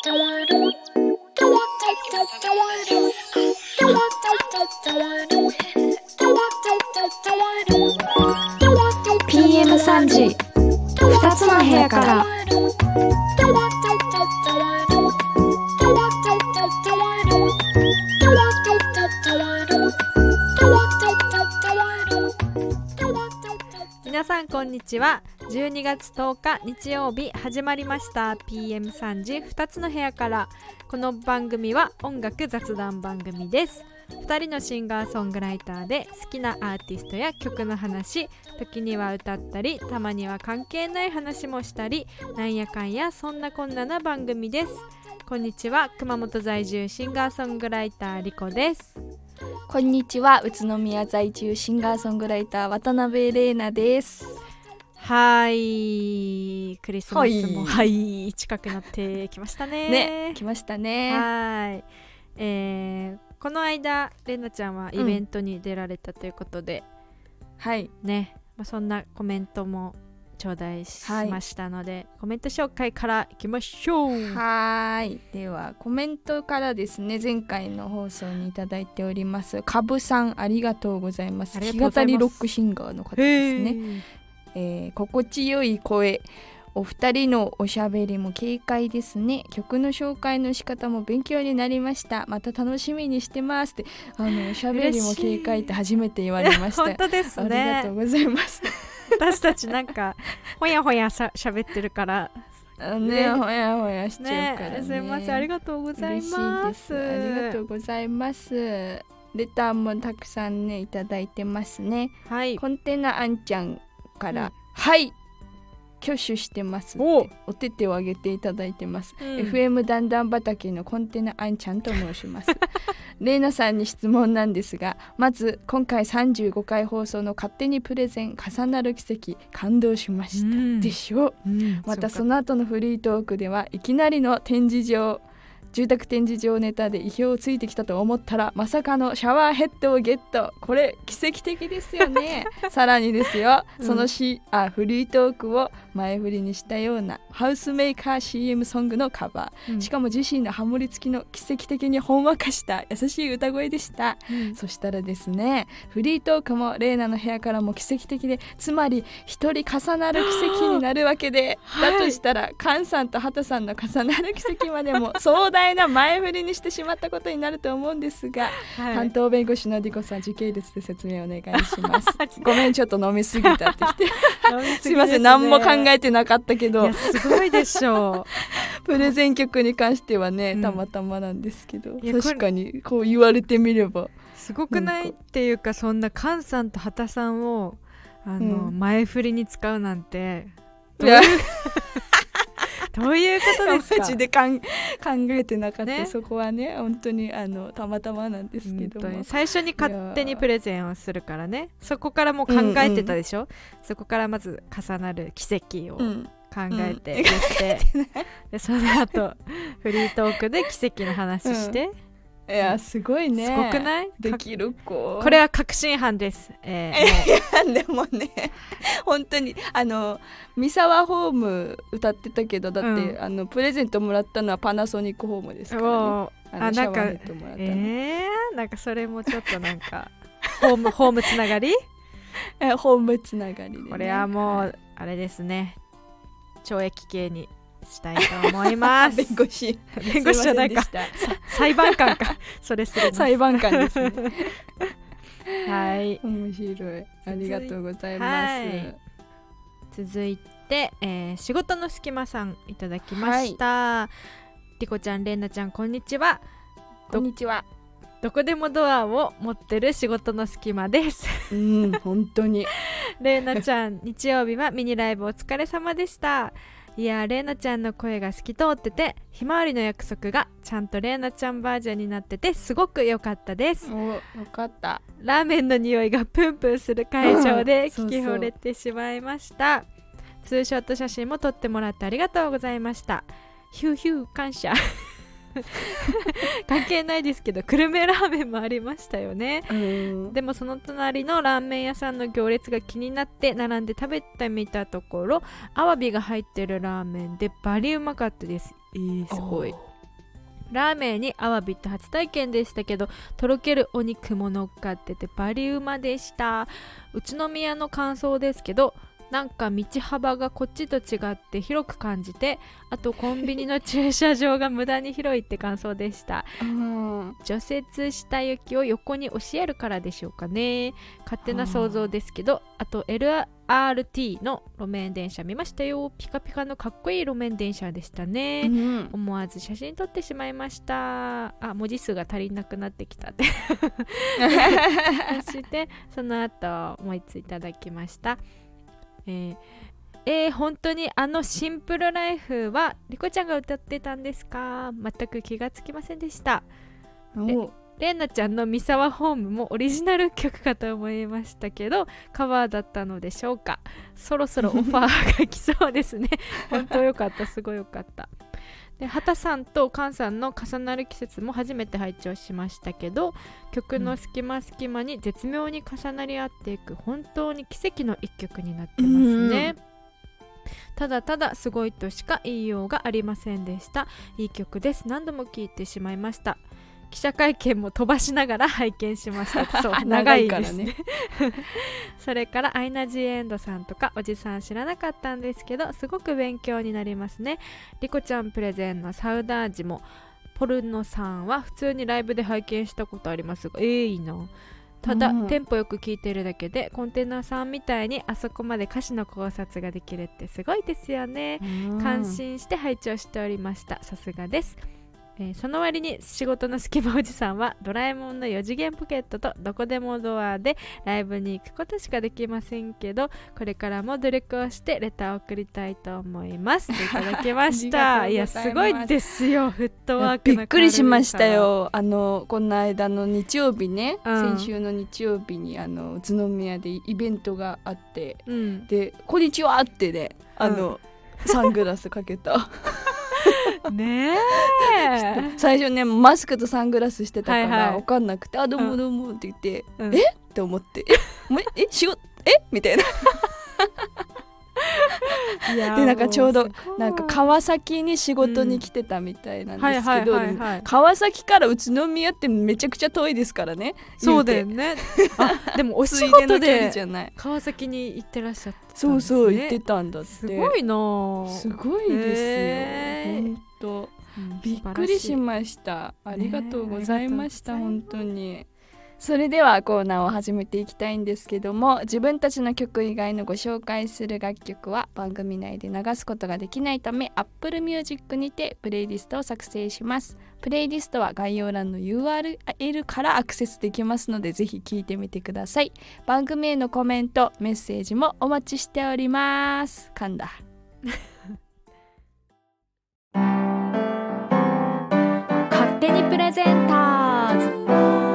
PM3 時2つの部屋から皆さんこんにちは。12月10日日曜日始まりました PM3 時2つの部屋から。この番組は音楽雑談番組です。2人のシンガーソングライターで好きなアーティストや曲の話、時には歌ったり、たまには関係ない話もしたり、なんやかんやそんなこんなな番組です。こんにちは。熊本在住シンガーソングライターリコです。 こんにちは。宇都宮在住シンガーソングライター渡辺玲奈です。 はい、クリスマスも近くなってきましたね。 来ましたね。 はい、この間玲奈ちゃんはイベントに出られたということで、 はいね、そんなコメントも頂戴しましたので、コメント紹介からいきましょう。 はい、ではコメントからですね、前回の放送にいただいておりますかぶさん、ありがとうございます。弾き語りロックシンガーの方ですね。心地よい声、お二人のおしゃべりも軽快ですね。曲の紹介の仕方も勉強になりました。また楽しみにしてますって、おしゃべりも軽快って初めて言われました。 本当ですね。 ありがとうございます。 私たちなんかほやほやしゃべってるからね、ほやほやしちゃうからね。 すいません、ありがとうございます。 ありがとうございます。レターもたくさんねいただいてますね。 はい、 コンテナあんちゃんから、はい挙手してますってお手手を挙げていただいてます。FM だんだん畑のコンテナあんちゃんと申します。レイナさんに質問なんですが、まず今回35回放送の勝手にプレゼン重なる奇跡感動しました、でしょう、またその後のフリートークではいきなりの住宅展示場ネタで意表をついてきたと思ったらまさかのシャワーヘッドをゲット。これ奇跡的ですよね。さらにですよ、そのフリートークを前振りにしたようなハウスメーカー CM ソングのカバー、しかも自身のハモリ付きの奇跡的にほんわかした優しい歌声でした、そしたらですね、フリートークもレイナの部屋からも奇跡的で、つまり一人重なる奇跡になるわけで、だとしたらカンさんとハタさんの重なる奇跡までも壮大な前振りにしてしまったことになると思うんですが、担当弁護士のディコさん、時系列で説明お願いします。ごめん、ちょっと飲みすぎたってきてすいません、何も考えてなかったけど。 いやすごいでしょうプレゼン曲に関してはね、たまたまなんですけど、確かにこう言われてみればすごくないっていうか、そんなカンさんとハタさんを前振りに使うなんてどういうことですか。 マジで考えてなかった、そこはね本当にたまたまなんですけども、 最初に勝手にプレゼンをするからね、そこからもう考えてたでしょ、そこからまず重なる奇跡を考えて言って、でその後フリートークで奇跡の話して、 いやすごいね、 すごくない？ できる子、 これは確信犯です。 いやでもね本当に三沢ホーム歌ってたけど、だって、プレゼントもらったのはパナソニックホームですからね。シャワーヘッドもらったの。 なんかそれもちょっとなんかホームつながりホームつながりで、ね、 これはもうあれですね、懲役刑にしたいと思います。 弁護士じゃないか、裁判官かそれする裁判官ですね。 はい、 面白い、ありがとうございます。 続いて、仕事の隙間さんいただきました。リコちゃん、レンナちゃん、こんにちは。 こんにちは。 どこでもドアを持ってる仕事の隙間です。 本当にレンナちゃん、日曜日はミニライブお疲れ様でした。いや、レイナちゃんの声が透き通ってて、ひまわりの約束がちゃんとレイナちゃんバージョンになっててすごく良かったです。 よかった。 ラーメンの匂いがプンプンする会場で聞き惚れてしまいました。ツーショット写真も撮ってもらってありがとうございました。ヒューヒュー感謝関係ないですけど、久留米ラーメンもありましたよね。でもその隣のラーメン屋さんの行列が気になって並んで食べてみたところ、アワビが入ってるラーメンでバリうまかったです。すごい。 ラーメンにアワビって初体験でしたけど、とろけるお肉も乗っかっててバリうまでした。宇都宮の感想ですけど、なんか道幅がこっちと違って広く感じて、あとコンビニの駐車場が無駄に広いって感想でした。除雪した雪を横に押しやるからでしょうかね。勝手な想像ですけど、あと LRT の路面電車見ましたよ。ピカピカのかっこいい路面電車でしたね、思わず写真撮ってしまいました。文字数が足りなくなってきたってそしてその後もう一ついただきました。本当にシンプルライフはリコちゃんが歌ってたんですか？全く気がつきませんでした。レイナちゃんの三沢ホームもオリジナル曲かと思いましたけど、カバーだったのでしょうか。そろそろオファーが来そうですね本当よかった、すごいよかった。で、畑さんと菅さんの重なる季節も初めて拝聴しましたけど、曲の隙間隙間に絶妙に重なり合っていく、本当に奇跡の一曲になってますね。ただただすごいとしか言いようがありませんでした。いい曲です。何度も聴いてしまいました。記者会見も飛ばしながら拝見しましたそう長いですねそれからアイナ・ジ・エンドさんとかおじさん知らなかったんですけど、すごく勉強になりますね。リコちゃんプレゼンのサウダージもポルノさんは普通にライブで拝見したことありますが、いいな。ただ、テンポよく聴いてるだけでコンテナさんみたいにあそこまで歌詞の考察ができるってすごいですよね。感心して拝聴しておりました。さすがです。その割に仕事の隙間おじさんはドラえもんの4次元ポケットとどこでもドアでライブに行くことしかできませんけど、これからも努力をしてレターを送りたいと思いますといただきましたいやすごいですよ、フットワークのびっくりしましたよ。この間の日曜日ね、先週の日曜日に宇都宮でイベントがあって、でこんにちはってね、サングラスかけたねえ最初ねマスクとサングラスしてたから分かんなくて、どうもどうもって言って、って思って仕事みたいなでなんかちょうどなんか川崎に仕事に来てたみたいなんですけど、川崎から宇都宮ってめちゃくちゃ遠いですからね。 そうだよねでもお仕事で川崎に行ってらっしゃったんですね。 そう行ってたんだって。 すごいな。 すごいですよ、ほんとびっくりしました。ありがとうございました、本当に。それではコーナーを始めていきたいんですけども、自分たちの曲以外のご紹介する楽曲は番組内で流すことができないため Apple Music にてプレイリストを作成します。プレイリストは概要欄の URL からアクセスできますので、ぜひ聴いてみてください。番組へのコメントメッセージもお待ちしております。噛んだ勝手にプレゼンターズ。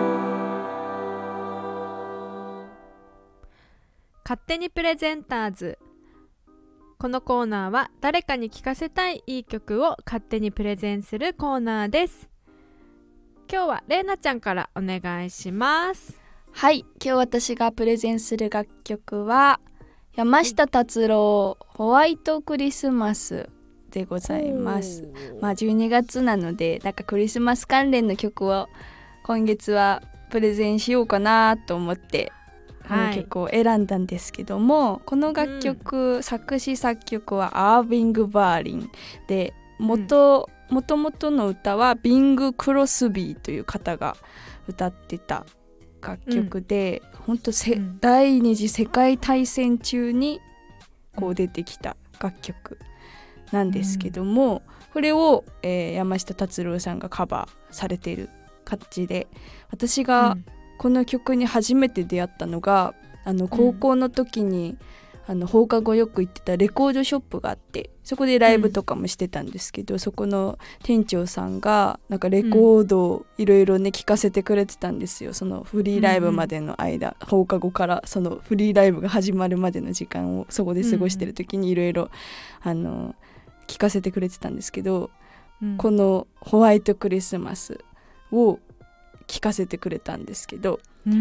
勝手にプレゼンターズ。このコーナーは誰かに聴かせたいいい曲を勝手にプレゼンするコーナーです。今日はレイナちゃんからお願いします。 はい、今日私がプレゼンする楽曲は山下達郎ホワイトクリスマスでございます。12月なのでなんかクリスマス関連の曲を今月はプレゼンしようかなと思ってこの曲を選んだんですけども、この楽曲、作詞作曲はアービング・バーリンで、もともとの歌はビング・クロスビーという方が歌ってた楽曲で、本当第二次世界大戦中にこう出てきた楽曲なんですけども、これを、山下達郎さんがカバーされている感じで、私がこの曲に初めて出会ったのが高校の時に放課後よく行ってたレコードショップがあって、そこでライブとかもしてたんですけど、そこの店長さんがなんかレコードをいろいろね聴かせてくれてたんですよ。そのフリーライブまでの間、放課後からそのフリーライブが始まるまでの時間をそこで過ごしてる時にいろいろ聴かせてくれてたんですけど、このホワイトクリスマスを聴かせてくれたんですけど、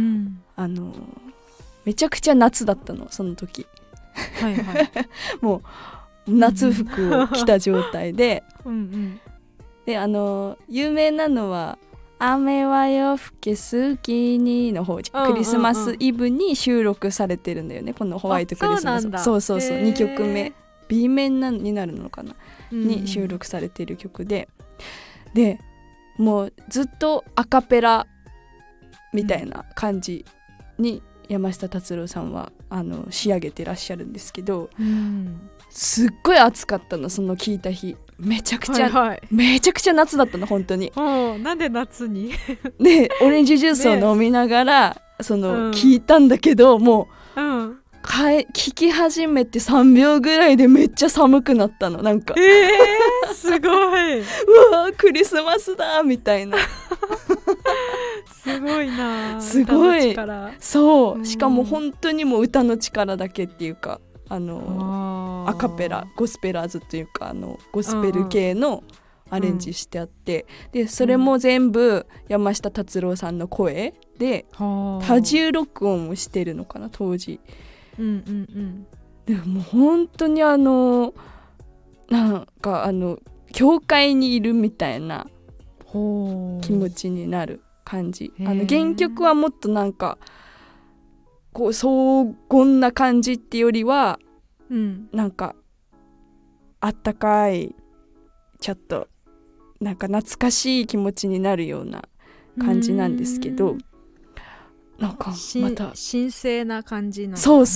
めちゃくちゃ夏だったのその時もう夏服を着た状態でで有名なのは雨は夜更け好きにの方、クリスマスイブに収録されてるんだよね、このホワイトクリスマス。そう2曲目 B 面になるのかな、に収録されている曲で、でもうずっとアカペラみたいな感じに山下達郎さんは仕上げてらっしゃるんですけど、すっごい暑かったの、その聞いた日めちゃくちゃ、めちゃくちゃ夏だったの本当に。 なんで夏にでオレンジジュースを飲みながら、聞いたんだけど、もう、聞き始めて3秒ぐらいでめっちゃ寒くなったの、なんかすごいうわクリスマスだみたいなすごいな、 すごい。そう、しかも本当にもう歌の力だけっていうか、アカペラゴスペラーズというかゴスペル系のアレンジしてあって、でそれも全部山下達郎さんの声で、多重録音をしてるのかな当時。でも本当になんか教会にいるみたいな気持ちになる感じ。原曲はもっとなんかこう荘厳な感じってよりは、なんかあったかい、ちょっとなんか懐かしい気持ちになるような感じなんですけど、なんかまた神聖な感じの、 そう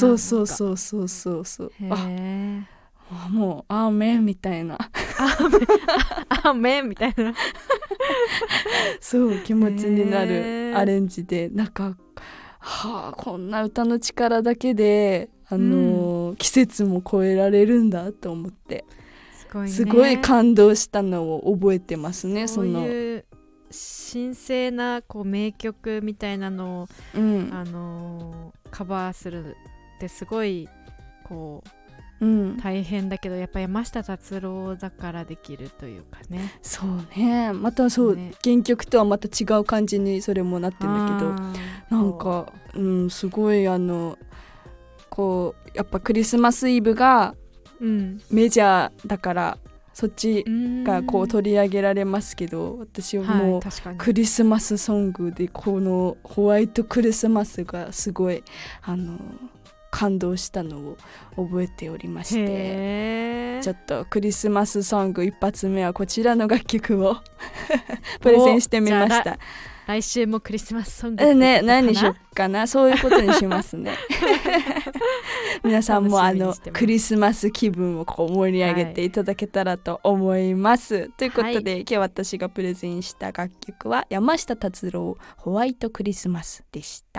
もうアーメンみたいなアーメンみたいなそう気持ちになるアレンジで、なんかこんな歌の力だけで季節も超えられるんだと思って、すごい感動したのを覚えてますね。 そういう神聖なこう名曲みたいなのを、カバーするってすごいこう、大変だけどやっぱ山下達郎だからできるというかね。 そうね、またそう、原曲とはまた違う感じにそれもなってるんだけど、なんか、すごいこうやっぱクリスマスイブがメジャーだから、そっちがこう取り上げられますけど、私はもうクリスマスソングでこのホワイトクリスマスがすごい感動したのを覚えておりまして、ちょっとクリスマスソング一発目はこちらの楽曲をプレゼンしてみました。 来週もクリスマスソングね、何にしようかな、そういうことにしますね皆さんもクリスマス気分をこう盛り上げていただけたらと思います、ということで、今日私がプレゼンした楽曲は山下達郎ホワイトクリスマスでした。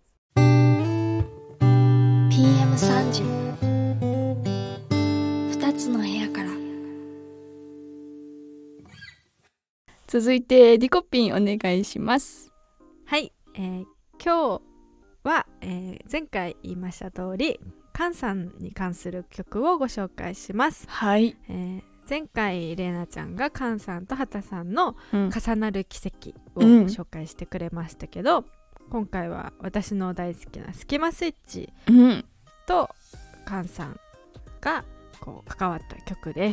PM3 時2つの部屋から。 続いてリコピンお願いします。 はい、今日は、前回言いました通りカンさんに関する曲をご紹介します。 はい、 前回レイナちゃんがカンさんとハタさんの重なる奇跡を紹介してくれましたけど、今回は私の大好きなスキマスイッチとカンさんがこう関わった曲です。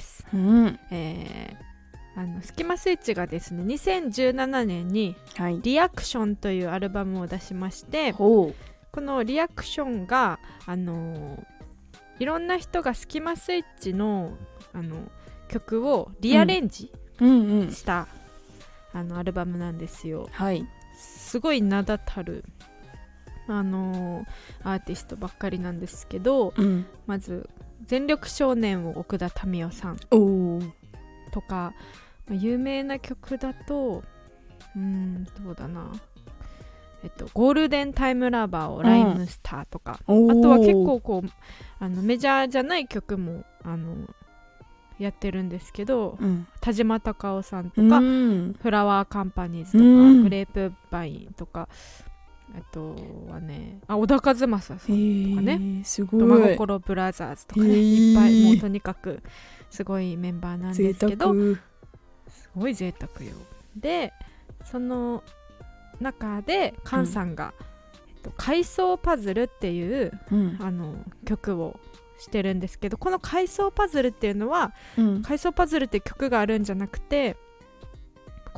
スキマスイッチがですね2017年にリアクションというアルバムを出しまして、このリアクションがいろんな人がスキマスイッチの曲をリアレンジした、アルバムなんですよ。すごい名だたるアーティストばっかりなんですけど、まず全力少年を奥田民生さんとか、有名な曲だとどうだな、ゴールデンタイムラバーをライムスターとか、あとは結構こうメジャーじゃない曲もやってるんですけど、田島貴夫さんとか、フラワーカンパニーズとか、グレープバインとか、あとはね小田和正さんとかね、 すごい真心ブラザーズとかね、いっぱいもうとにかくすごいメンバーなんですけど、すごい贅沢よ。でその中でカンさんが、回想パズルっていう、曲をしてるんですけど、この回想パズルっていうのは、回想パズルって曲があるんじゃなくて、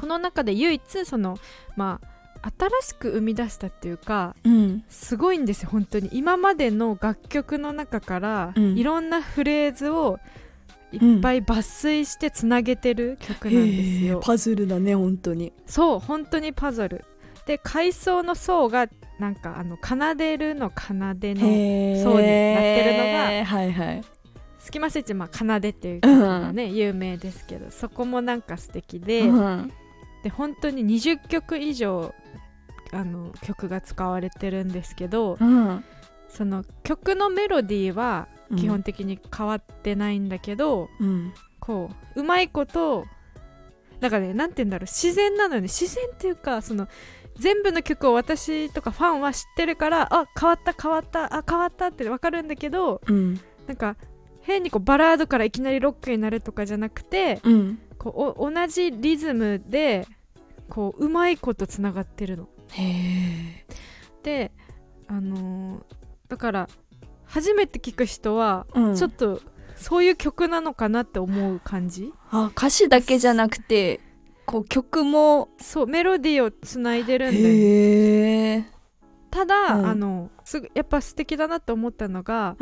この中で唯一そのまあ新しく生み出したっていうか、すごいんですよ本当に。今までの楽曲の中から、いろんなフレーズをいっぱい抜粋してつなげてる曲なんですよ。 パズルだね本当に。 そう本当にパズルで、階層の層がなんか奏でるの奏での層になってるのが、 はいはい、 スキマスイッチ、まあ奏でっていう曲がね、有名ですけど、そこもなんか素敵で、で本当に20曲以上曲が使われてるんですけど、その曲のメロディーは基本的に変わってないんだけど、こううまいことなんかね、なんて言うんだろう、自然なのよね。自然っていうか、その全部の曲を私とかファンは知ってるから、あ変わった変わったあ変わったって分かるんだけど、なんか変にこうバラードからいきなりロックになるとかじゃなくて、こう同じリズムでこううまいことつながってるの。でだから初めて聞く人は、ちょっとそういう曲なのかなって思う感じ。 歌詞だけじゃなくてこう曲もそうメロディーをつないでるんだよね。ただ、やっぱ素敵だなと思ったのが、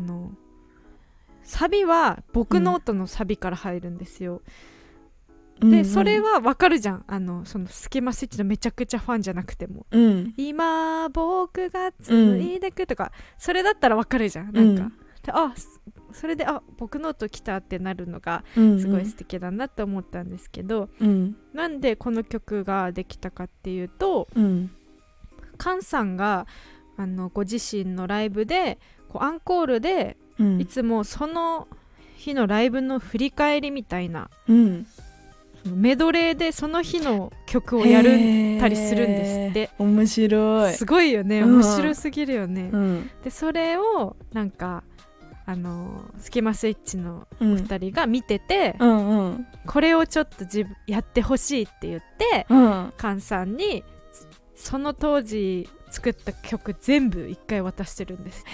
サビは僕ノートのサビから入るんですよ。でそれはわかるじゃん、そのスキマスイッチのめちゃくちゃファンじゃなくても、今僕が紡いでくとか、それだったらわかるじゃん。なんか、それで僕ノート来たってなるのがすごい素敵だなって思ったんですけど、なんでこの曲ができたかっていうと、カンさんがご自身のライブでこうアンコールで、いつもその日のライブの振り返りみたいな、メドレーでその日の曲をやるたりするんですって。 面白い。 すごいよね、面白すぎるよね。でそれをなんかスキマスイッチのお二人が見てて、これをちょっとやってほしいって言って、カンさんにその当時作った曲全部一回渡してるんですって。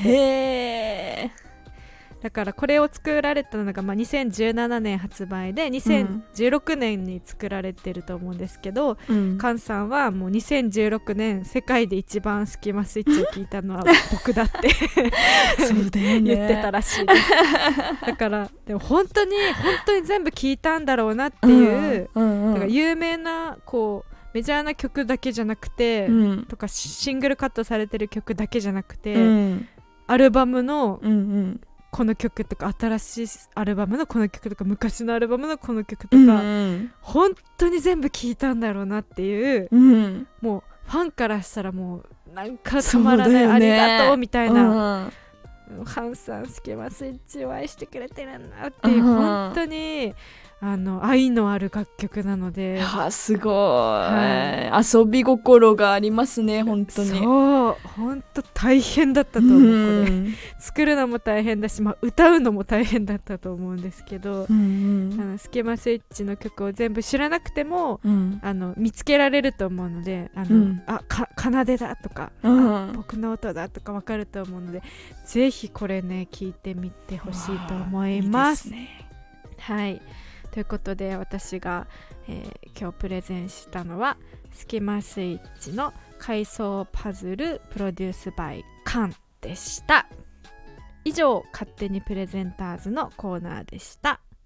だからこれを作られたのが、2017年発売で2016年に作られてると思うんですけど、カンさんはもう2016年世界で一番スキマスイッチを聴いたのは僕だってそうだよね、 言ってたらしいです。だからでも本当に全部聴いたんだろうなっていう、だから有名なこうメジャーな曲だけじゃなくて、とかシングルカットされてる曲だけじゃなくて、アルバムのこの曲とか、新しいアルバムのこの曲とか、昔のアルバムのこの曲とか、本当に全部聴いたんだろうなっていう、もうファンからしたらもうなんか止まらない、ありがとうみたいな、ハンさんスキマスイッチを愛してくれてるんだっていう、本当に愛のある楽曲なので、 すごい、遊び心がありますね本当に。 そう本当大変だったと思う、これ作るのも大変だし、歌うのも大変だったと思うんですけど、スキマスイッチの曲を全部知らなくても、見つけられると思うので、奏でだとか、僕の音だとか分かると思うので、ぜひこれね聞いてみてほしいと思います。はい、ということで私が、今日プレゼンしたのはスキマスイッチの階層パズルプロデュースバイカンでした。以上、勝手にプレゼンターズのコーナーでした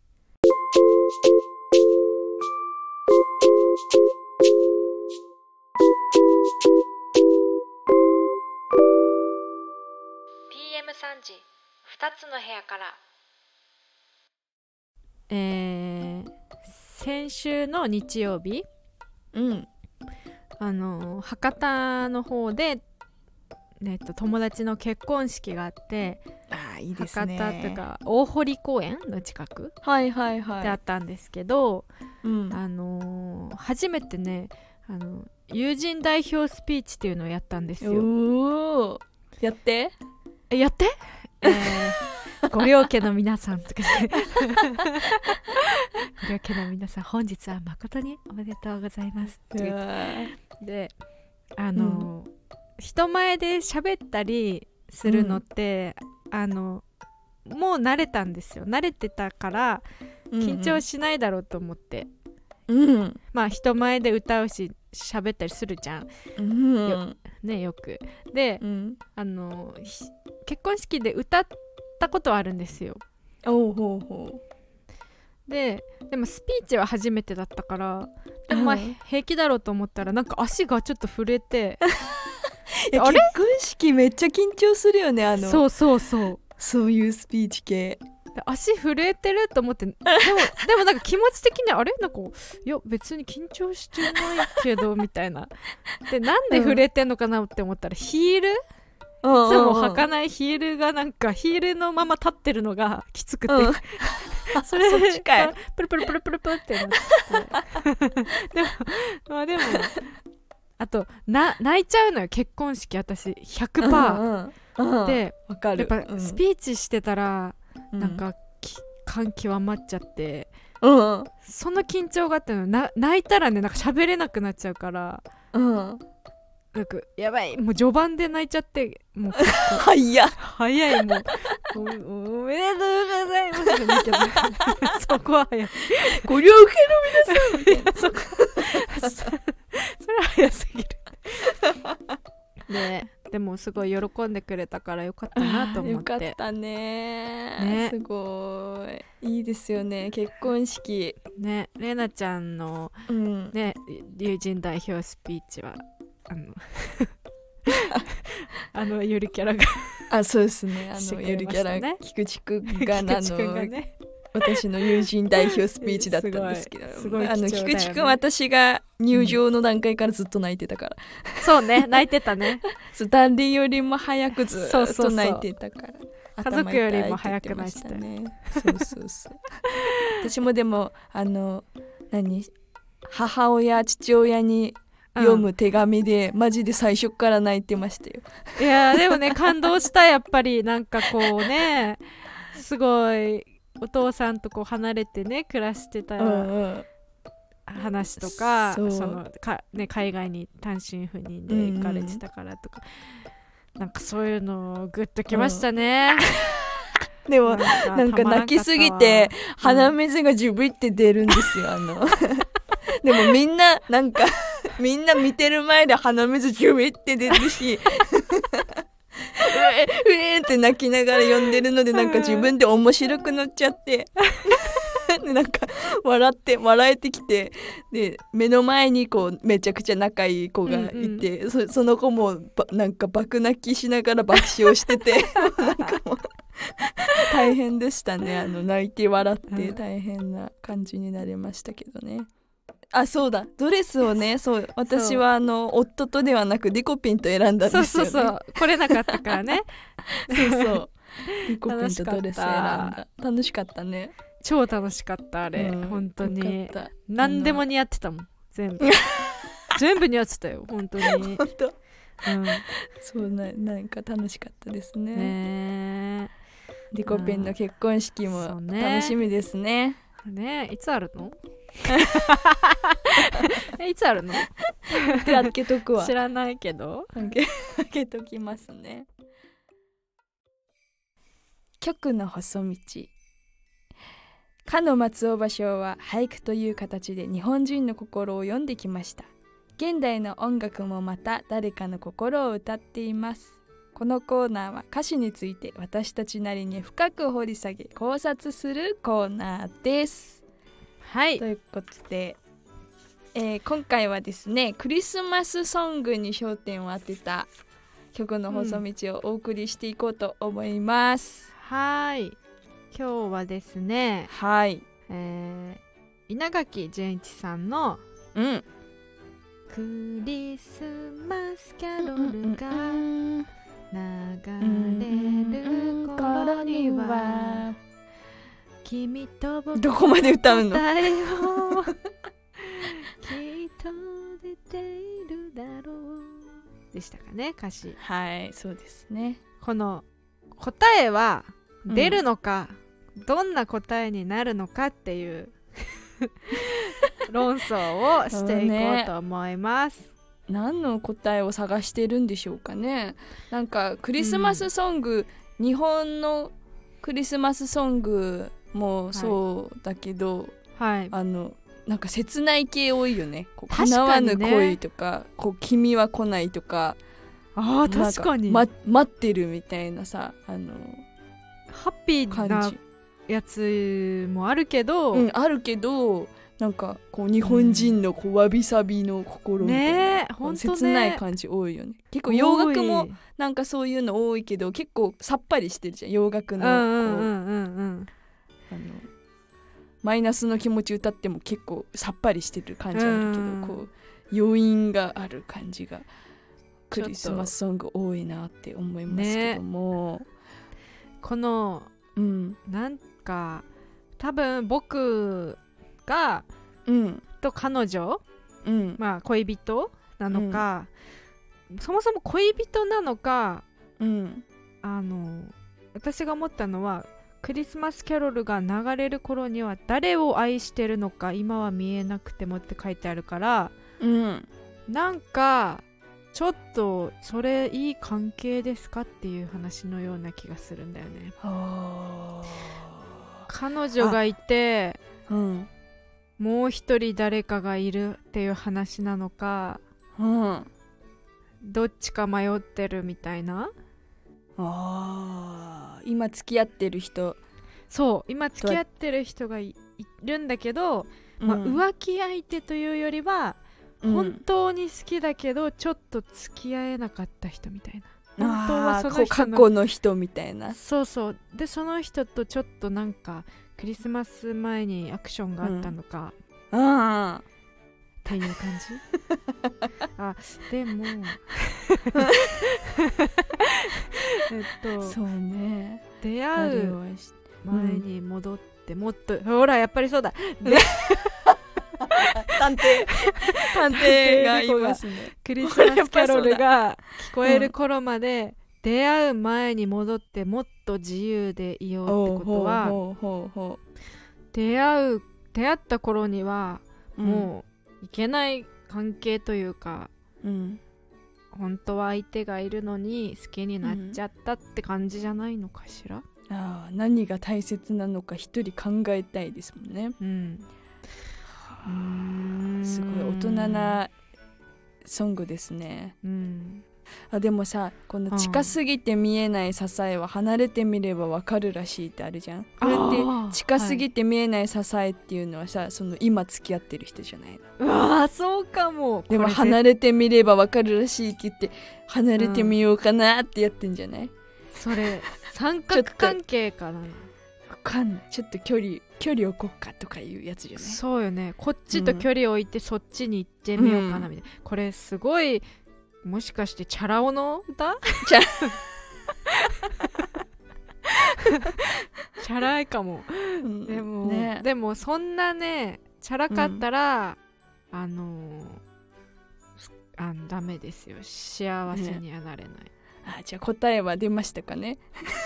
。PM3 時2つの部屋から。先週の日曜日、博多の方で、友達の結婚式があって、 いいですね、 博多というか大堀公園の近くであったんですけど、初めてね友人代表スピーチっていうのをやったんですよ。 やってご両家の皆さんとかご両家の皆さん、本日は誠におめでとうございますで、人前で喋ったりするのって、もう慣れたんですよ。慣れてたから緊張しないだろうと思ってうん、 まあ人前で歌うし喋ったりするじゃん、ね、よくで、結婚式で歌ったことはあるんですよ。 おうほうほでもスピーチは初めてだったからでもまあ平気だろうと思ったらなんか足がちょっと震えて結婚式めっちゃ緊張するよねそういうスピーチ系。 足震えてると思ってでもなんか気持ち的にあれなんかいや別に緊張してないけどみたいなでなんで震えてんのかなって思ったらヒールいつも履かないヒールがなんかヒールのまま立ってるのがきつくて、それそっちかいプルプルプルプルプルってなってでもあと泣いちゃうのよ結婚式私 100%、でわかる。 やっぱスピーチしてたら、なんか感極まっちゃって、その緊張があって泣いたらねなんか喋れなくなっちゃうから、なんかやばいもう序盤で泣いちゃってもう早いもうおめでとうございますみたいなそこは早いご了承の皆さんみたいなそれは早すぎるでもすごい喜んでくれたからよかったなと思って。 よかったねすごいいいですよね結婚式ね。れなちゃんの、ね友人代表スピーチはゆるキャラがそうですねゆるキャラ菊池くんが私の友人代表スピーチだったんですけど菊池くん私が入場の段階からずっと泣いてたから、 そうね泣いてたね誰よりも早くずっと泣いてたから家族よりも早く泣いてたねそう私もでも母親父親に読む手紙で、マジで最初から泣いてましたよ。 いやでもね感動したやっぱりなんかこうねすごいお父さんとこう離れてね暮らしてた話とか、海外に単身赴任で行かれてたからとか、なんかそういうのグッときましたね、 でもなんか泣きすぎて鼻水がジュブイって出るんですよでもみんな見てる前で鼻水ジュブイって出るしうえって泣きながら読んでるのでなんか自分で面白くなっちゃってでなんか笑えてきてで目の前にこうめちゃくちゃ仲いい子がいて、その子もなんか爆泣きしながら爆笑しててなんかもう大変でしたね泣いて笑って大変な感じになりましたけどね。そうだドレスをね私は夫とではなくリコピンと選んだんですよね。 そう来れなかったからねそうリコピンとドレス選んだ。楽しかったね。 超楽しかったあれ、本当に何でも似合ってたもん全部似合ってたよ本当に本当、 そうなんか楽しかったですね。リコピンの結婚式も楽しみですね。 いつあるのいつあるの開けとくわ知らないけど開けときますね。曲の細道。かの松尾芭蕉は俳句という形で日本人の心を読んできました。現代の音楽もまた誰かの心を歌っています。このコーナーは歌詞について私たちなりに深く掘り下げ考察するコーナーです。 はい、 ということで、今回はですねクリスマスソングに焦点を当てた曲の細道をお送りしていこうと思います。 はい今日はですね稲垣潤一さんの、クリスマスキャロルが流れる頃には君と僕どこまで歌うのきっと出ているだろうでしたかね歌詞。 はいそうですね。 この答えは出るのか、どんな答えになるのかっていう論争をしていこうと思います。 何の答えを探してるんでしょうかね。なんかクリスマスソング、日本のクリスマスソングもそうだけど、 なんか切ない系多いよね。こう確かにね叶わぬ恋とか、こう君は来ないとか、 あー確かに、 待ってるみたいなさ、 ハッピーな感じ、 やつもあるけど、 あるけど、なんかこう日本人のこうわびさびの心みたいな、 ねえ、ほんとね、 切ない感じ多いよね。結構洋楽もなんかそういうの多いけど、結構さっぱりしてるじゃん、洋楽のこう、マイナスの気持ち歌っても結構さっぱりしてる感じあるけど、こう余韻がある感じがクリスマスソング多いなって思いますけども、 この、なんか多分僕が、と彼女、まあ恋人なのか、そもそも恋人なのか、私が思ったのは、クリスマスキャロルが流れる頃には誰を愛してるのか今は見えなくてもって書いてあるから、なんかちょっとそれいい関係ですかっていう話のような気がするんだよね。彼女がいて、もう一人誰かがいるっていう話なのか、どっちか迷ってるみたいな。 今付き合ってる人、 そう今付き合ってる人が いるんだけど、浮気相手というよりは、本当に好きだけどちょっと付き合えなかった人みたいな、本当はその人の過去の人みたいな。 そうそう、でその人とちょっとなんかクリスマス前にアクションがあったのか、っていう感じでもそうね、 出会う前に戻って、もっとほらやっぱりそうだ探偵がいますね。クリスマスキャロルが聞こえる頃まで出会う前に戻ってもっと自由でいようってことは、出会った頃にはもういけない関係というか、本当は相手がいるのに好きになっちゃったって感じじゃないのかしら。 何が大切なのか一人考えたいですもんね。すごい大人なソングですね。でもさ、この近すぎて見えない支えは離れてみればわかるらしいってあるじゃん。これって近すぎて見えない支えっていうのはさ、その今付き合ってる人じゃないの。 そうかも。 でも離れてみればわかるらしいって言って離れてみようかなってやってんじゃない、 それ三角関係かな。 わかんない。ちょっと距離を置こうかとかいうやつじゃない。 そうよね。こっちと距離を置いてそっちに行ってみようかなみたいな、これすごい、もしかしてチャラ男の歌？チャラいかも、でもそんなねチャラかったら、ダメですよ。幸せにはなれない、 じゃあ答えは出ましたかね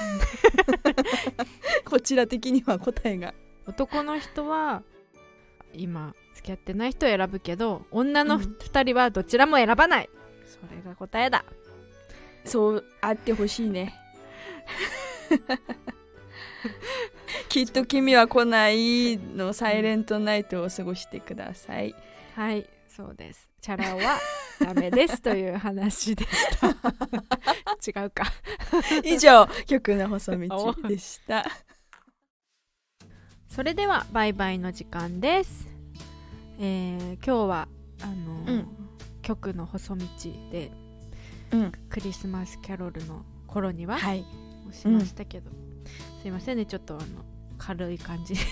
こちら的には答えが、 男の人は今付き合ってない人を選ぶけど、女の2人はどちらも選ばない、それが答えだ。 そうあってほしいねきっと君は来ないのサイレントナイトを過ごしてください。 はい、そうです。チャラはダメですという話でした違うか以上、曲の細道でしたそれではバイバイの時間です。今日は曲の細道で、クリスマスキャロルの頃には、押しましたけど、すいませんね、ちょっと軽い感じ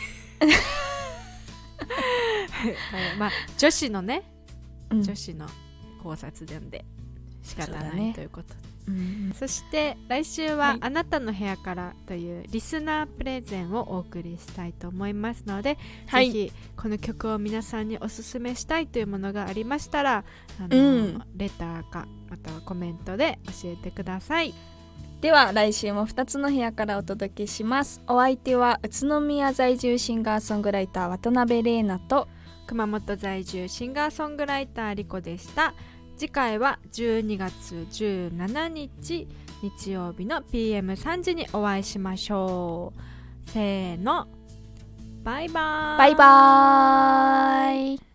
まあ女子のね、女子の考察で仕方ないということで、そして来週はあなたの部屋からというリスナープレゼンをお送りしたいと思いますので、ぜひこの曲を皆さんにおすすめしたいというものがありましたら、レターかまたはコメントで教えてください。 では来週も2つの部屋からお届けします。お相手は宇都宮在住シンガーソングライター渡辺玲奈と熊本在住シンガーソングライターリコでした。次回は12月17日日曜日の PM3 時にお会いしましょう。せーの、バイバイ。 バイバーイ。 バイバーイ。